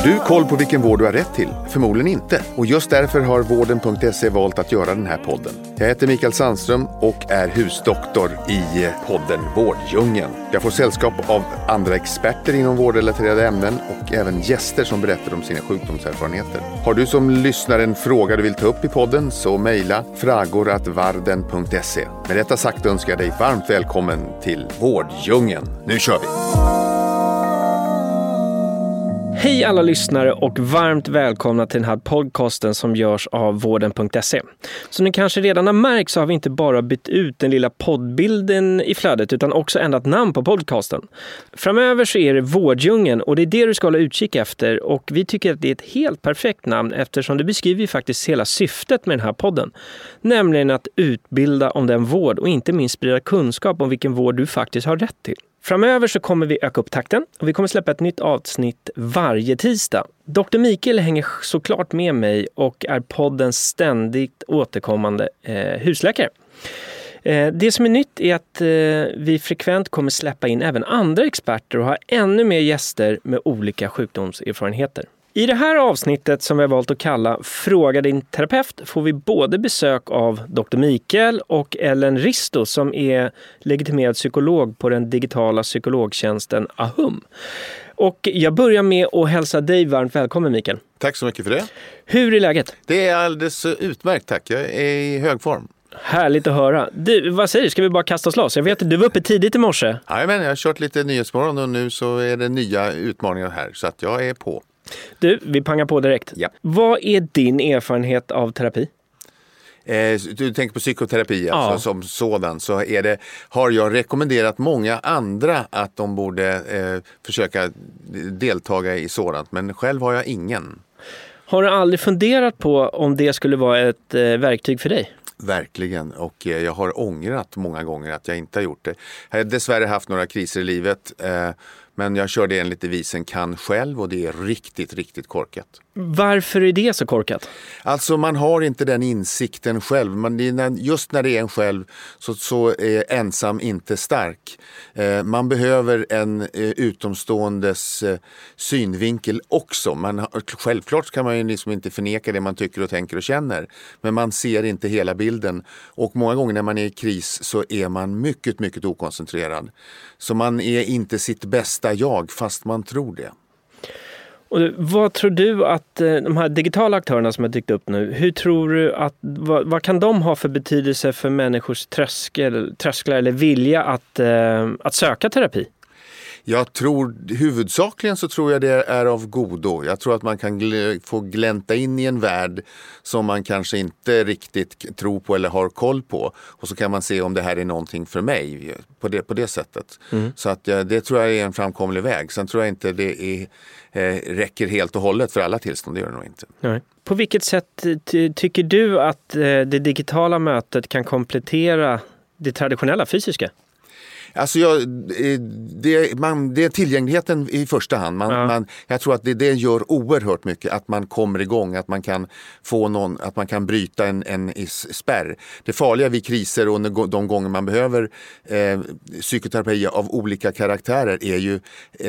du koll på vilken vård du har rätt till? Förmodligen inte. Och just därför har vården.se valt att göra den här podden. Jag heter Mikael Sandström och är husdoktor i podden Vårdjungeln. Jag får sällskap av andra experter inom vårdrelaterade ämnen och även gäster som berättar om sina sjukdomserfarenheter. Har du som lyssnar en fråga du vill ta upp i podden så mejla fragor@varden.se. Med detta sagt önskar jag dig varmt välkommen till Vårdjungeln. Nu kör vi! Hej alla lyssnare och varmt välkomna till den här podcasten som görs av vården.se. Som ni kanske redan har märkt så har vi inte bara bytt ut den lilla poddbilden i flödet utan också ändrat namn på podcasten. Framöver så är det Vårdjungeln och det är det du ska hålla utkik efter och vi tycker att det är ett helt perfekt namn eftersom det beskriver faktiskt hela syftet med den här podden. Nämligen att utbilda om den vård och inte minst sprida kunskap om vilken vård du faktiskt har rätt till. Framöver så kommer vi öka upp takten och vi kommer släppa ett nytt avsnitt varje tisdag. Dr. Mikael hänger såklart med mig och är poddens ständigt återkommande husläkare. Det som är nytt är att vi frekvent kommer släppa in även andra experter och ha ännu mer gäster med olika sjukdomserfarenheter. I det här avsnittet som vi har valt att kalla Fråga din terapeut får vi både besök av Dr. Mikael och Ellen Risto som är legitimerad psykolog på den digitala psykologtjänsten Ahum. Och jag börjar med att hälsa dig varmt välkommen Mikael. Tack så mycket för det. Hur är läget? Det är alldeles utmärkt tack, jag är i hög form. Härligt att höra. Du, vad säger du? Ska vi bara kasta oss loss? Jag vet att du var uppe tidigt i morse. Ja, men jag har kört lite nyhetsmorgon och nu så är det nya utmaningar här så att jag är på. Du, vi pangar på direkt. Ja. Vad är din erfarenhet av terapi? Du tänker på psykoterapi alltså, som sådan så har jag rekommenderat många andra att de borde försöka deltaga i sådant men själv har jag ingen. Har du aldrig funderat på om det skulle vara ett verktyg för dig? Verkligen och jag har ångrat många gånger att jag inte har gjort det. Jag har dessvärre haft några kriser i livet men jag körde enligt devisen kan själv och det är riktigt, riktigt korkat. Varför är det så korkat? Alltså man har inte den insikten själv. Just när det är en själv så är ensam inte stark. Man behöver en utomståendes synvinkel också. Självklart kan man ju liksom inte förneka det man tycker och tänker och känner. Men man ser inte hela bilden. Och många gånger när man är i kris så är man mycket, mycket okoncentrerad. Så man är inte sitt bästa jag fast man tror det. Och vad tror du att de här digitala aktörerna som har dykt upp nu, hur tror du att, vad kan de ha för betydelse för människors trösklar eller vilja att söka terapi? Jag tror, huvudsakligen så tror jag det är av godo. Jag tror att man kan få glänta in i en värld som man kanske inte riktigt tror på eller har koll på. Och så kan man se om det här är någonting för mig på det sättet. Mm. Så att det tror jag är en framkomlig väg. Sen tror jag inte det räcker helt och hållet för alla tillstånd, det gör det nog inte. Nej. På vilket sätt tycker du att det digitala mötet kan komplettera det traditionella fysiska? Alltså det är tillgängligheten i första hand. Jag tror att det gör oerhört mycket att man kommer igång, att man kan få att man kan bryta en spärr. Det farliga vid kriser och de gånger man behöver psykoterapi av olika karaktärer är ju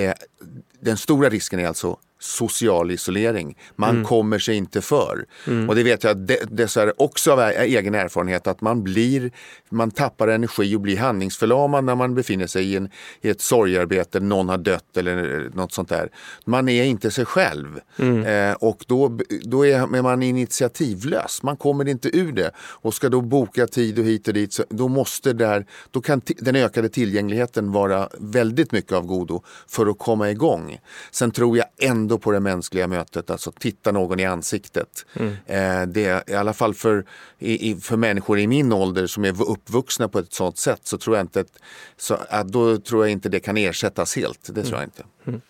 den stora risken är alltså social isolering. Man kommer sig inte för. Och det vet jag dessvärre också av egen erfarenhet att man tappar energi och blir handlingsförlamad när man befinner sig i ett sorgarbete, någon har dött eller något sånt där. Man är inte sig själv. Och då är man initiativlös. Man kommer inte ur det och ska då boka tid och hit och dit så då kan den ökade tillgängligheten vara väldigt mycket av godo för att komma igång. Sen tror jag ändå på det mänskliga mötet, alltså titta någon i ansiktet. Det är i alla fall för människor i min ålder som är uppvuxna på ett sådant sätt så tror jag inte då tror jag inte det kan ersättas helt. Det tror jag inte.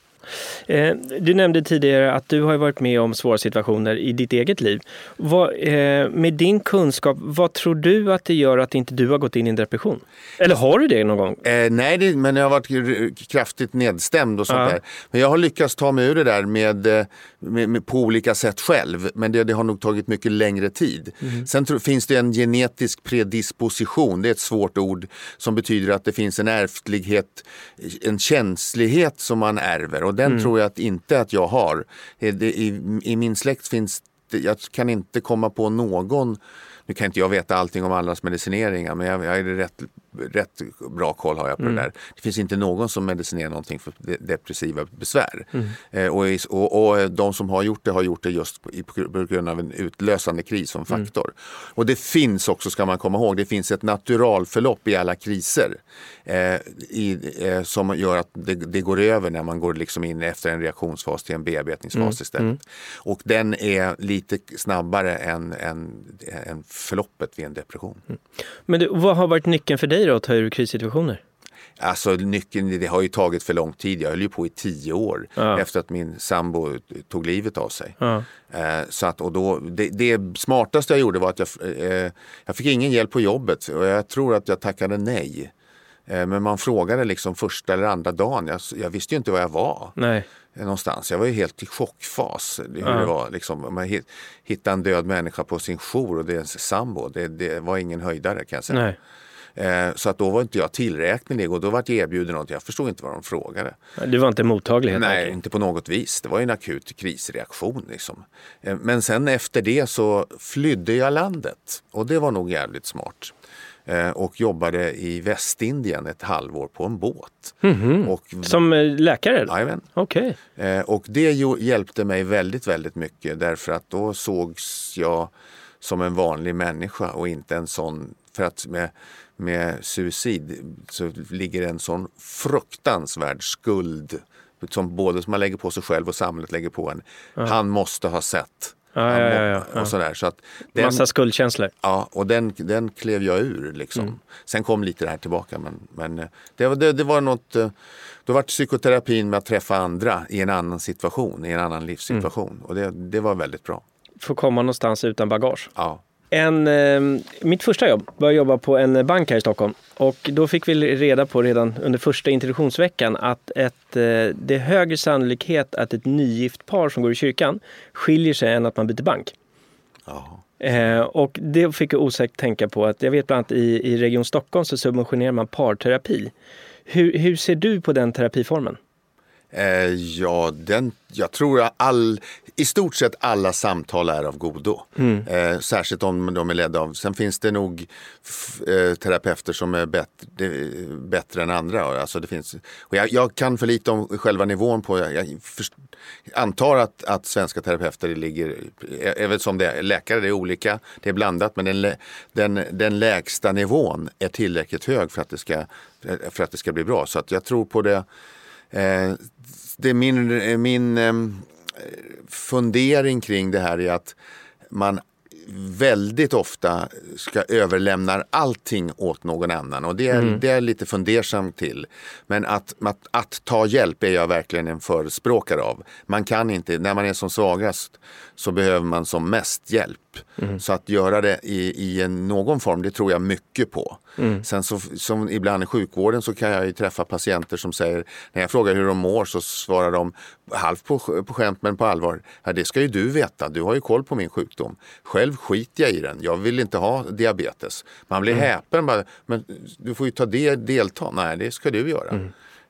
Du nämnde tidigare att du har varit med om svåra situationer i ditt eget liv. Med din kunskap, vad tror du att det gör att inte du har gått in i en depression? Eller har du det någon gång? Nej, men jag har varit kraftigt nedstämd och sånt där. Men jag har lyckats ta mig ur det där med på olika sätt själv. Men det har nog tagit mycket längre tid. Sen finns det en genetisk predisposition. Det är ett svårt ord som betyder att det finns en ärftlighet, en känslighet som man ärver. Och den tror jag inte att jag har. I min släkt finns det, jag kan inte komma på någon. Nu kan inte jag veta allting om allas medicineringar, men jag är rätt bra koll har jag på det där. Det finns inte någon som medicinerar någonting för depressiva besvär. Och de som har gjort det just på grund av en utlösande kris som faktor. Och det finns också, ska man komma ihåg, det finns ett naturalförlopp i alla kriser som gör att det går över när man går liksom in efter en reaktionsfas till en bearbetningsfas istället. Och den är lite snabbare än förloppet vid en depression. Men vad har varit nyckeln för dig då att ta ur krissituationer? Alltså nyckeln, det har ju tagit för lång tid. Jag höll ju på i 10 år efter att min sambo tog livet av sig. Så att, och då, det smartaste jag gjorde var att jag fick ingen hjälp på jobbet och jag tror att jag tackade nej. Men man frågade liksom första eller andra dagen. Jag visste ju inte vad jag var. Nej. Någonstans. Jag var ju helt i chockfas. Hur det var liksom, man hittade en död människa på sin jour och det är en sambo. Det var ingen höjdare kan jag säga. Nej. Så att då var inte jag tillräknelig och då var jag erbjuden något. Jag förstod inte vad de frågade. Du var inte mottaglig? Nej, inte på något vis. Det var ju en akut krisreaktion liksom. Men sen efter det så flydde jag landet. Och det var nog jävligt smart. Och jobbade i Västindien ett halvår på en båt. Som läkare? Jajamän. Okay. Och det hjälpte mig väldigt, väldigt mycket därför att då sågs jag som en vanlig människa och inte en sån, för att med suicid så ligger en sån fruktansvärd skuld som både som man lägger på sig själv och samhället lägger på en. Han måste ha sett. Och sådär. Så att massa skuldkänslor. Ja, och den klev jag ur liksom. Sen kom lite det här tillbaka, men det var något, då var psykoterapin med att träffa andra i en annan situation, i en annan livssituation. Och det var väldigt bra. Få komma någonstans utan bagage. Ja. Mitt första jobb var att jobba på en bank här i Stockholm. Och då fick vi reda på redan under första introduktionsveckan att det är högre sannolikhet att ett nygift par som går i kyrkan skiljer sig än att man byter bank. Och det fick jag osäkert tänka på att jag vet bland annat i Region Stockholm så subventionerar man parterapi. Hur ser du på den terapiformen? Jag tror att i stort sett alla samtal är av godo. Särskilt om de är ledda av. Sen finns det nog terapeuter som är bättre än andra. Alltså det finns, och jag kan för lite om själva nivån på. Jag antar att svenska terapeuter ligger, även som det är, läkare det är olika, det är blandat, men den lägsta nivån är tillräckligt hög för att det ska bli bra. Så att jag tror på det. Det är min fundering kring det här är att man väldigt ofta ska överlämna allting åt någon annan och det är lite fundersam till. Men att ta hjälp är jag verkligen en förespråkare av. Man kan inte, när man är som svagast så behöver man som mest hjälp. Så att göra det i någon form, det tror jag mycket på. Sen så, som ibland i sjukvården så kan jag ju träffa patienter som säger, när jag frågar hur de mår så svarar de halvt på skämt men på allvar. Ja, det ska ju du veta, du har ju koll på min sjukdom. Själv skiter jag i den, jag vill inte ha diabetes. Man blir häpen bara, men du får ju delta. Nej, det ska du göra.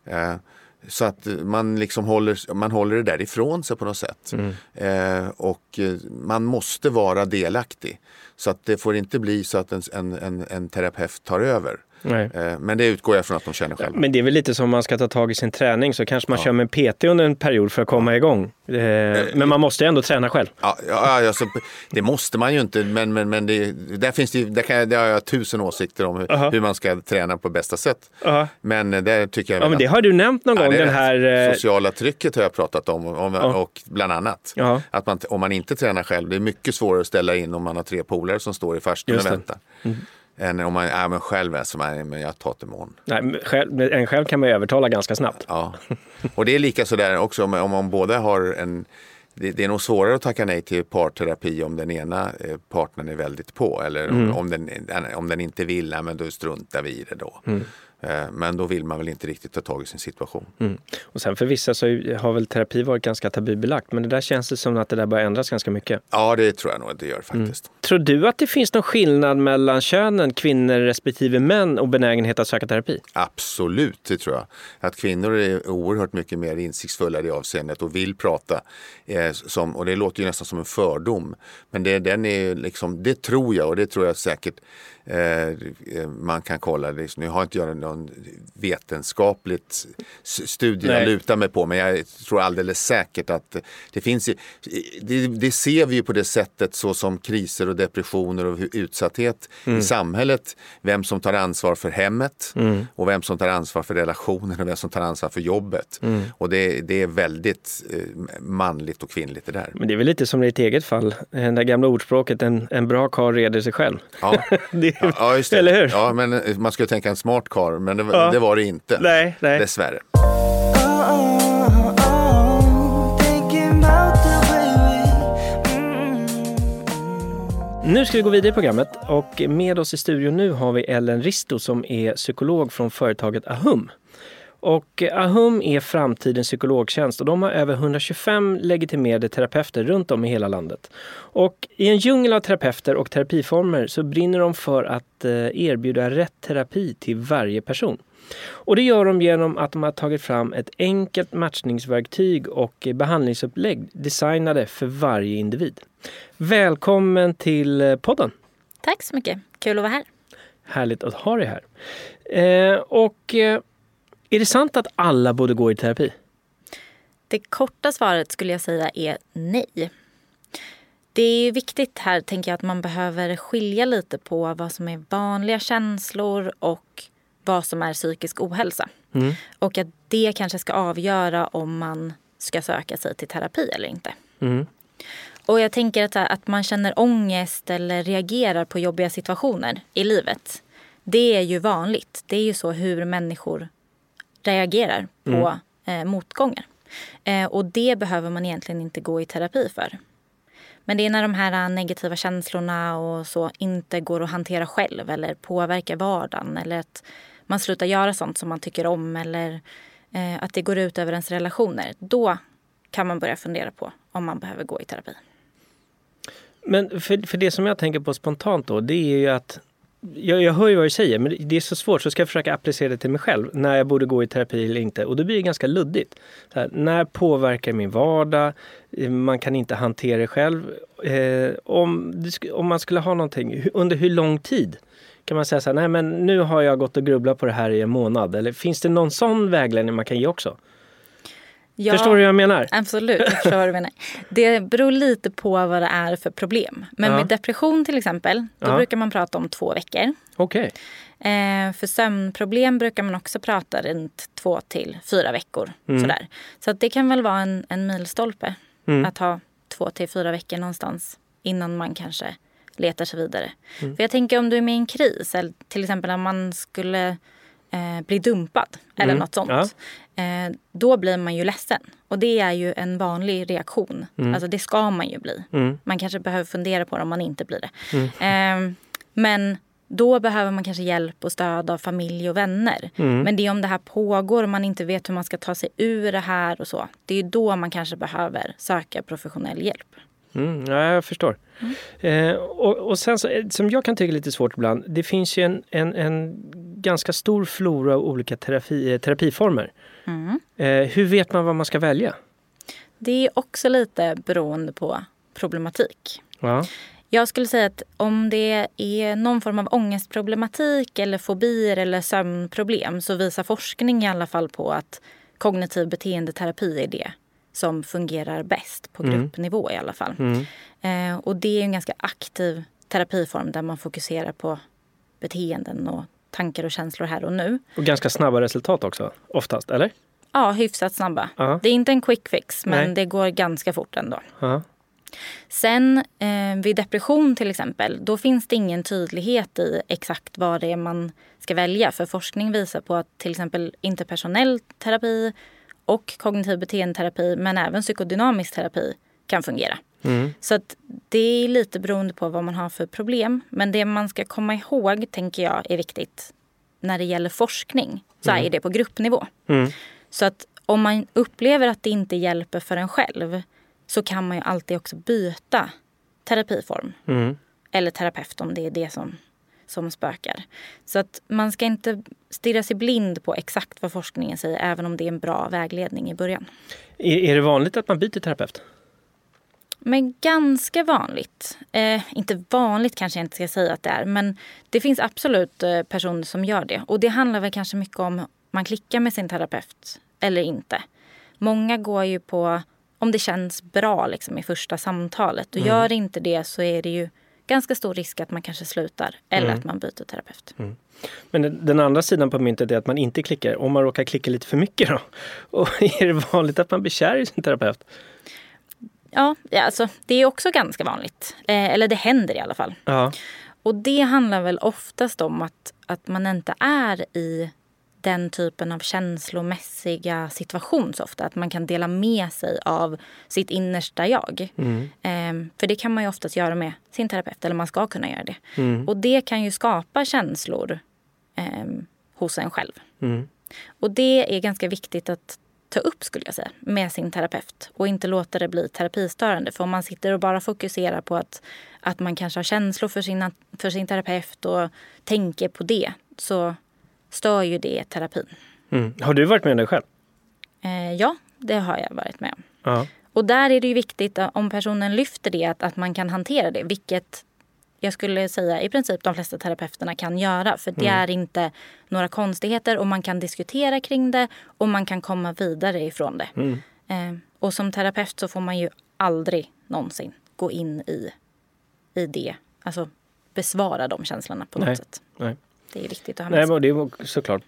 Så att man liksom håller det där ifrån sig på något sätt. Och man måste vara delaktig. Så att det får inte bli så att en terapeut tar över. Nej. Men det utgår jag från att de känner själva. Men det är väl lite som om man ska ta tag i sin träning så kanske man kör med PT under en period för att komma igång. Men man måste ändå träna själv. Ja, alltså, det måste man ju inte, men där finns det har jag 1000 åsikter om hur man ska träna på bästa sätt. Men där tycker jag... Ja, men det har du nämnt någon gång. Den här sociala trycket har jag pratat om och bland annat. Att om man inte tränar själv, det är mycket svårare att ställa in om man har 3 polare som står i farstun och väntar. Än om man själv är som är, men jag tar det imorgon. Nej, en själv kan man övertala ganska snabbt. Ja, och det är lika sådär också om man båda har det är nog svårare att tacka nej till parterapi om den ena partnern är väldigt på. Eller om den inte vill, men då struntar vi i det då. Men då vill man väl inte riktigt ta tag i sin situation. Och sen för vissa så har väl terapi varit ganska tabubelagt, men det där känns det som att det där börjar ändras ganska mycket. Ja, det tror jag nog att det gör faktiskt. Tror du att det finns någon skillnad mellan könen, kvinnor respektive män och benägenhet att söka terapi? Absolut, det tror jag. Att kvinnor är oerhört mycket mer insiktsfulla i det avseendet och vill prata. Och det låter ju nästan som en fördom. Men det tror jag, och det tror jag säkert man kan kolla. Nu har inte jag någon vetenskapligt studie att luta mig på, men jag tror alldeles säkert att det finns. Det ser vi ju på det sättet, så som kriser och depressioner och utsatthet i samhället. Vem som tar ansvar för hemmet och vem som tar ansvar för relationen och vem som tar ansvar för jobbet. Och det är väldigt manligt och kvinnligt det där. Men det är väl lite som i ditt eget fall. Det där gamla ordspråket, en bra karl reder sig själv. Ja. Ja, just det. Eller hur? Ja, men man skulle tänka en smart karl, men det var det inte. Nej. Dessvärre. Nu ska vi gå vidare i programmet, och med oss i studion nu har vi Ellen Risto som är psykolog från företaget Ahum. Och Ahum är framtidens psykologtjänst och de har över 125 legitimerade terapeuter runt om i hela landet. Och i en djungel av terapeuter och terapiformer så brinner de för att erbjuda rätt terapi till varje person. Och det gör de genom att de har tagit fram ett enkelt matchningsverktyg och behandlingsupplägg designade för varje individ. Välkommen till podden. Tack så mycket. Kul att vara här. Härligt att ha dig här. Är det sant att alla borde gå i terapi? Det korta svaret skulle jag säga är nej. Det är viktigt här, tänker jag, att man behöver skilja lite på vad som är vanliga känslor och vad som är psykisk ohälsa. Och att det kanske ska avgöra om man ska söka sig till terapi eller inte. Och jag tänker att man känner ångest eller reagerar på jobbiga situationer i livet. Det är ju vanligt. Det är ju så hur människor reagerar på motgångar. Och det behöver man egentligen inte gå i terapi för. Men det är när de här negativa känslorna och så inte går att hantera själv eller påverkar vardagen, eller att man slutar göra sånt som man tycker om, eller att det går ut över ens relationer. Då kan man börja fundera på om man behöver gå i terapi. Men för det som jag tänker på spontant då, det är ju att jag hör ju vad du säger, men det är så svårt, så ska jag försöka applicera det till mig själv när jag borde gå i terapi eller inte. Och då blir det ganska luddigt. Så här, när påverkar min vardag? Man kan inte hantera det själv. Om man skulle ha någonting, under hur lång tid kan man säga så här, nej men nu har jag gått och grubblat på det här i en månad. Eller finns det någon sån vägledning man kan ge också? Ja, förstår du vad jag menar? Absolut, jag förstår vad du menar. Det beror lite på vad det är för problem. Men med depression till exempel, då brukar man prata om 2 veckor. Okej. För sömnproblem brukar man också prata runt 2 till 4 veckor. Sådär. Så att det kan väl vara en milstolpe att ha 2 till 4 veckor någonstans innan man kanske letar sig vidare. För jag tänker, om du är med i en kris, eller till exempel när man skulle bli dumpad eller något sånt. Då blir man ju ledsen. Och det är ju en vanlig reaktion. Alltså det ska man ju bli. Man kanske behöver fundera på det om man inte blir det. Men då behöver man kanske hjälp och stöd av familj och vänner. Men det är om det här pågår och man inte vet hur man ska ta sig ur det här och så. Det är ju då man kanske behöver söka professionell hjälp. Ja, jag förstår. Och sen så, som jag kan tycka är lite svårt ibland, det finns ju en ganska stor flora av olika terapiformer. Hur vet man vad man ska välja? Det är också lite beroende på problematik. Ja. Jag skulle säga att om det är någon form av ångestproblematik eller fobier eller sömnproblem, så visar forskning i alla fall på att kognitiv beteendeterapi är det som fungerar bäst på gruppnivå i alla fall. Och det är en ganska aktiv terapiform där man fokuserar på beteenden och tankar och känslor här och nu. Och ganska snabba resultat också, oftast, eller? Ja, hyfsat snabba. Det är inte en quick fix, men det går ganska fort ändå. Sen vid depression till exempel, då finns det ingen tydlighet i exakt vad det är man ska välja. För forskning visar på att till exempel interpersonell terapi och kognitiv beteendeterapi, men även psykodynamisk terapi kan fungera. Så att det är lite beroende på vad man har för problem. Men det man ska komma ihåg, tänker jag, är viktigt när det gäller forskning så är det på gruppnivå. Mm. Så att om man upplever att det inte hjälper för en själv så kan man ju alltid också byta terapiform. Mm. Eller terapeut om det är det som spökar. Så att man ska inte stirra sig blind på exakt vad forskningen säger även om det är en bra vägledning i början. Är det vanligt att man byter terapeut? Men ganska vanligt. Inte vanligt kanske jag inte ska säga att det är. Men det finns absolut personer som gör det. Och det handlar väl kanske mycket om man klickar med sin terapeut eller inte. Många går ju på om det känns bra liksom, i första samtalet. Och gör inte det så är det ju ganska stor risk att man kanske slutar. Eller att man byter terapeut. Mm. Men den andra sidan på myntet är att man inte klickar. Om man råkar klicka lite för mycket då? Och är det vanligt att man blir kär i sin terapeut? Ja, alltså det är också ganska vanligt. Eller det händer i alla fall. Ja. Och det handlar väl oftast om att man inte är i den typen av känslomässiga situation så ofta. Att man kan dela med sig av sitt innersta jag. För det kan man ju oftast göra med sin terapeut. Eller man ska kunna göra det. Och det kan ju skapa känslor hos en själv. Och det är ganska viktigt att ta upp skulle jag säga med sin terapeut. Och inte låta det bli terapistörande. För om man sitter och bara fokuserar på att man kanske har känslor för sin terapeut och tänker på det så stör ju det terapin. Har du varit med om det själv? Ja, det har jag varit med om. Ja. Och där är det ju viktigt om personen lyfter det att man kan hantera det. Vilket jag skulle säga i princip de flesta terapeuterna kan göra. För det är inte några konstigheter och man kan diskutera kring det och man kan komma vidare ifrån det. Och som terapeut så får man ju aldrig någonsin gå in i det. Alltså besvara de känslorna på något sätt. Nej. Det är viktigt att ha med sig. Nej, det är såklart.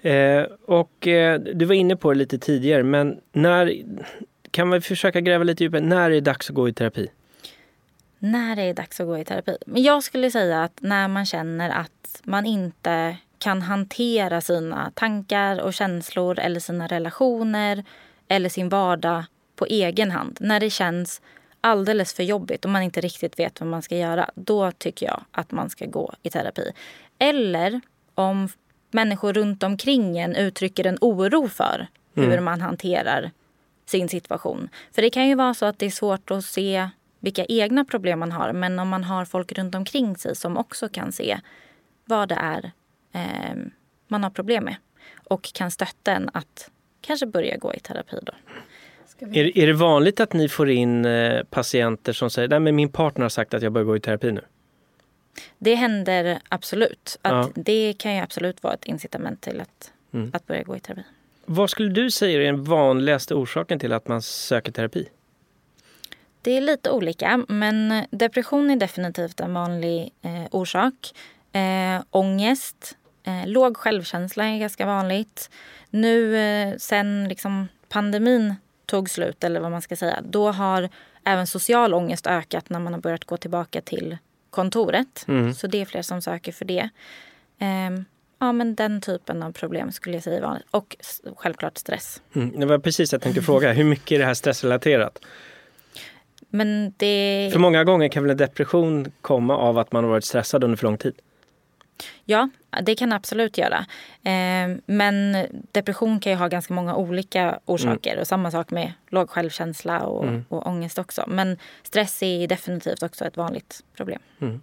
Du var inne på det lite tidigare, men kan vi försöka gräva lite djupare? När är det dags att gå i terapi? När är det dags att gå i terapi? Men jag skulle säga att när man känner att man inte kan hantera sina tankar och känslor eller sina relationer eller sin vardag på egen hand. När det känns alldeles för jobbigt och man inte riktigt vet vad man ska göra. Då tycker jag att man ska gå i terapi. Eller om människor runt omkring en uttrycker en oro för hur man hanterar sin situation. För det kan ju vara så att det är svårt att se vilka egna problem man har. Men om man har folk runt omkring sig som också kan se vad det är man har problem med. Och kan stötta en att kanske börja gå i terapi då. Är det vanligt att ni får in patienter som säger nej men min partner har sagt att jag bör gå i terapi nu? Det händer absolut. Det kan ju absolut vara ett incitament till att börja gå i terapi. Vad skulle du säga är den vanligaste orsaken till att man söker terapi? Det är lite olika, men depression är definitivt en vanlig orsak. Ångest, låg självkänsla är ganska vanligt. Nu sen liksom pandemin tog slut, eller vad man ska säga, då har även social ångest ökat när man har börjat gå tillbaka till kontoret. Så det är fler som söker för det. Ja, men den typen av problem skulle jag säga är vanligt. Och självklart stress. Det var precis jag tänkte fråga. Hur mycket är det här stressrelaterat? Men för många gånger kan väl en depression komma av att man har varit stressad under för lång tid? Ja, det kan absolut göra. Men depression kan ju ha ganska många olika orsaker. Och samma sak med låg självkänsla och ångest också. Men stress är definitivt också ett vanligt problem.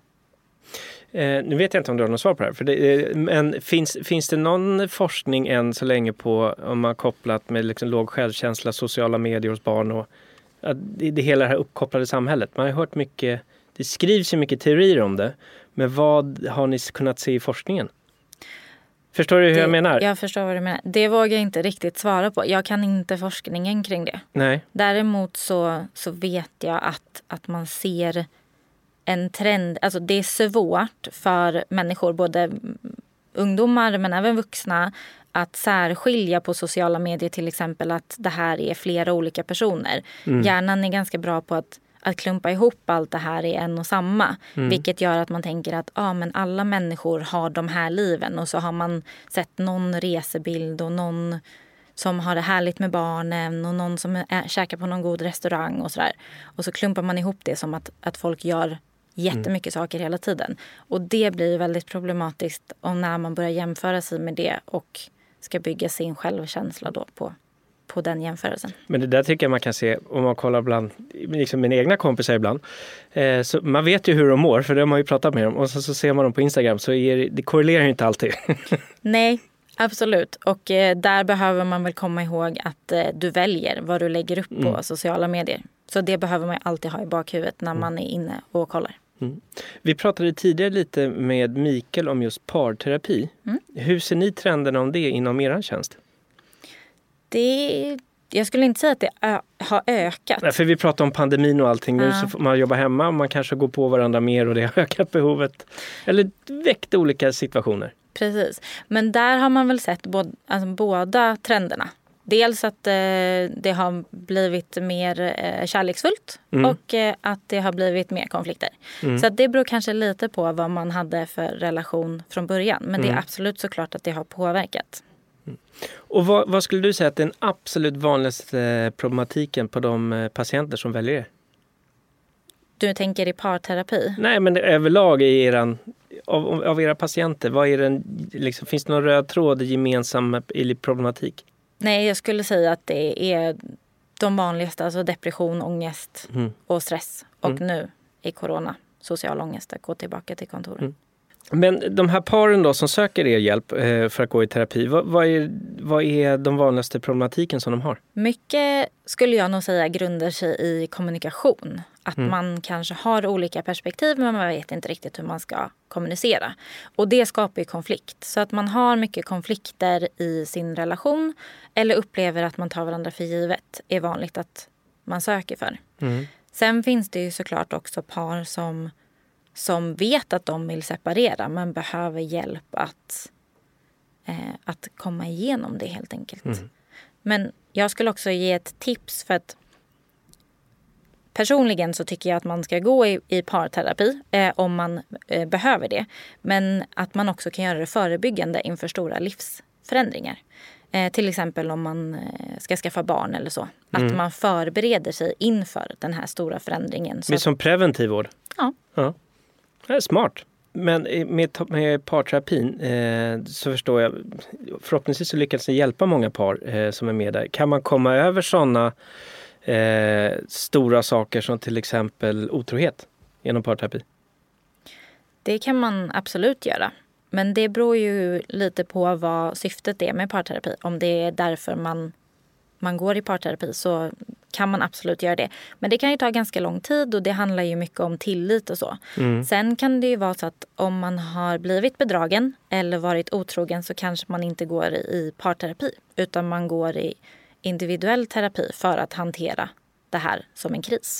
Nu vet jag inte om du har något svar på det här. Men finns det någon forskning än så länge på om man kopplat med liksom låg självkänsla, sociala medier hos barn och det hela det här uppkopplade samhället? Man har hört mycket, det skrivs ju mycket teorier om det. Men vad har ni kunnat se i forskningen? Förstår du hur jag menar? Jag förstår vad du menar. Det vågar jag inte riktigt svara på. Jag kan inte forskningen kring det. Nej. Däremot så vet jag att man ser en trend. Alltså det är svårt för människor, både ungdomar men även vuxna, att särskilja på sociala medier till exempel att det här är flera olika personer. Hjärnan är ganska bra på att klumpa ihop allt det här i en och samma. Vilket gör att man tänker att men alla människor har de här liven. Och så har man sett någon resebild och någon som har det härligt med barnen och någon som käkar på någon god restaurang och sådär. Och så klumpar man ihop det som att folk gör jättemycket saker hela tiden. Och det blir väldigt problematiskt om när man börjar jämföra sig med det och ska bygga sin självkänsla då på den jämförelsen. Men det där tycker jag man kan se om man kollar bland liksom mina egna kompisar ibland. Så man vet ju hur de mår, för det har man ju pratat med dem. Och så ser man dem på Instagram, så det korrelerar ju inte alltid. Nej, absolut. Och där behöver man väl komma ihåg att du väljer vad du lägger upp på sociala medier. Så det behöver man alltid ha i bakhuvudet när man är inne och kollar. Mm. Vi pratade tidigare lite med Mikael om just parterapi. Hur ser ni trenden om det inom er tjänst? Jag skulle inte säga att det har ökat. Nej, för vi pratar om pandemin och allting. Nu så får man jobba hemma och man kanske går på varandra mer och det har ökat behovet. Eller väckt olika situationer. Precis. Men där har man väl sett båda trenderna. Dels att det har blivit mer kärleksfullt och att det har blivit mer konflikter. Så att det beror kanske lite på vad man hade för relation från början. Men det är absolut såklart att det har påverkat. Och vad skulle du säga att den absolut vanligaste problematiken på de patienter som väljer er? Du tänker i parterapi? Nej, men överlag i av era patienter, vad är den, liksom, finns det någon röd tråd gemensam i problematik? Nej, jag skulle säga att det är de vanligaste, alltså depression, ångest och stress. Och nu i corona, social ångest, att gå tillbaka till kontoret. Men de här paren då som söker er hjälp för att gå i terapi, vad är de vanligaste problematiken som de har? Mycket skulle jag nog säga grundar sig i kommunikation. Att man kanske har olika perspektiv men man vet inte riktigt hur man ska kommunicera. Och det skapar ju konflikt. Så att man har mycket konflikter i sin relation eller upplever att man tar varandra för givet är vanligt att man söker för. Sen finns det ju såklart också par som vet att de vill separera men behöver hjälp att komma igenom det helt enkelt. Men jag skulle också ge ett tips för att personligen så tycker jag att man ska gå i parterapi om man behöver det. Men att man också kan göra det förebyggande inför stora livsförändringar. Till exempel om man ska skaffa barn eller så. Att man förbereder sig inför den här stora förändringen. Men som preventiv vård? Ja. Det är smart. Men med parterapin så förstår jag, förhoppningsvis så lyckas ni hjälpa många par som är med där. Kan man komma över sådana stora saker som till exempel otrohet genom parterapi? Det kan man absolut göra. Men det beror ju lite på vad syftet är med parterapi. Om det är därför man går i parterapi så kan man absolut göra det. Men det kan ju ta ganska lång tid och det handlar ju mycket om tillit och så. Sen kan det ju vara så att om man har blivit bedragen eller varit otrogen så kanske man inte går i parterapi. Utan man går i individuell terapi för att hantera det här som en kris.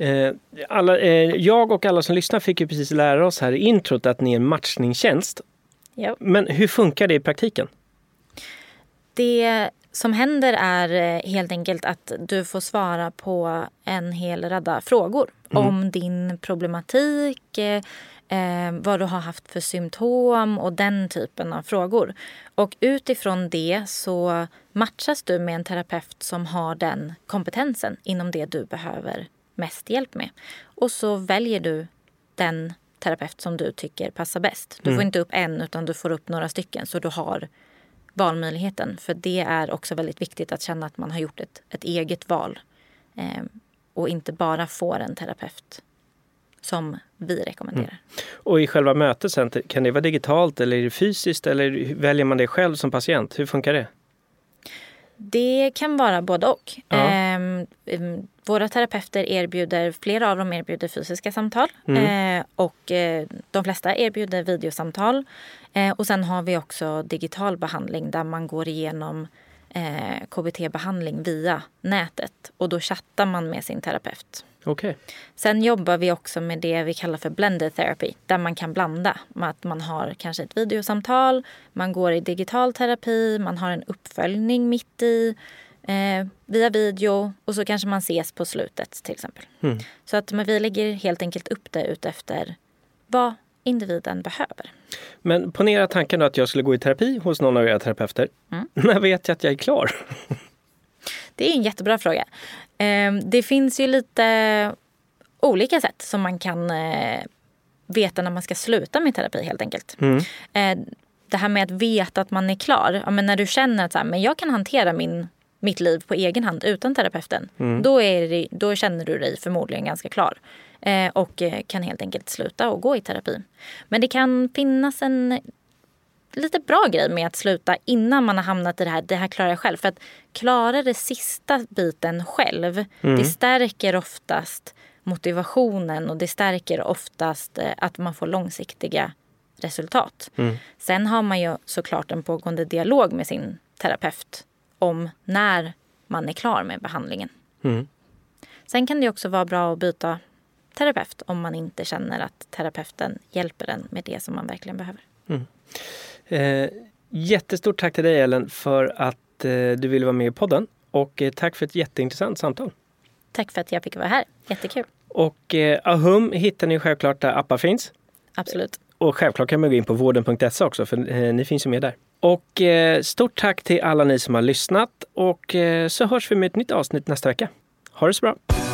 Jag och alla som lyssnar fick ju precis lära oss här i introt att ni är en matchningstjänst. Ja. Men hur funkar det i praktiken? Det som händer är helt enkelt att du får svara på en hel radda frågor om din problematik, vad du har haft för symptom och den typen av frågor. Och utifrån det så matchas du med en terapeut som har den kompetensen inom det du behöver mest hjälp med. Och så väljer du den terapeut som du tycker passar bäst. Du får inte upp en utan du får upp några stycken så du har valmöjligheten. För det är också väldigt viktigt att känna att man har gjort ett eget val. Och inte bara får en terapeut som vi rekommenderar. Och i själva mötet sen, kan det vara digitalt eller är det fysiskt eller väljer man det själv som patient? Hur funkar det? Det kan vara både och. Ja. Våra terapeuter flera av dem erbjuder fysiska samtal och de flesta erbjuder videosamtal. Och sen har vi också digital behandling där man går igenom KBT-behandling via nätet och då chattar man med sin terapeut. Okay. Sen jobbar vi också med det vi kallar för blended therapy där man kan blanda med att man har kanske ett videosamtal, man går i digital terapi, man har en uppföljning mitt i via video och så kanske man ses på slutet till exempel. Så att vi lägger helt enkelt upp det ut efter vad individen behöver. Men ponera tanken då att jag skulle gå i terapi hos någon av era terapeuter. När vet jag att jag är klar? Det är en jättebra fråga. Det finns ju lite olika sätt som man kan veta när man ska sluta med terapi helt enkelt. Det här med att veta att man är klar. Ja, men när du känner att så här, men jag kan hantera mitt liv på egen hand utan terapeuten. Då känner du dig förmodligen ganska klar. Och kan helt enkelt sluta och gå i terapi. Men det kan finnas en lite bra grej med att sluta innan man har hamnat i det här klarar jag själv. För att klara det sista biten själv, det stärker oftast motivationen och det stärker oftast att man får långsiktiga resultat. Sen har man ju såklart en pågående dialog med sin terapeut om när man är klar med behandlingen. Sen kan det också vara bra att byta terapeut om man inte känner att terapeuten hjälper en med det som man verkligen behöver. Jättestort tack till dig, Ellen, för att du ville vara med i podden. Och tack för ett jätteintressant samtal. Tack för att jag fick vara här. Jättekul. Och Ahum hittar ni självklart där appar finns. Absolut. Och självklart kan man gå in på vården.se också, för ni finns ju med där. Och stort tack till alla ni som har lyssnat. Och så hörs vi med ett nytt avsnitt nästa vecka. Ha det så bra!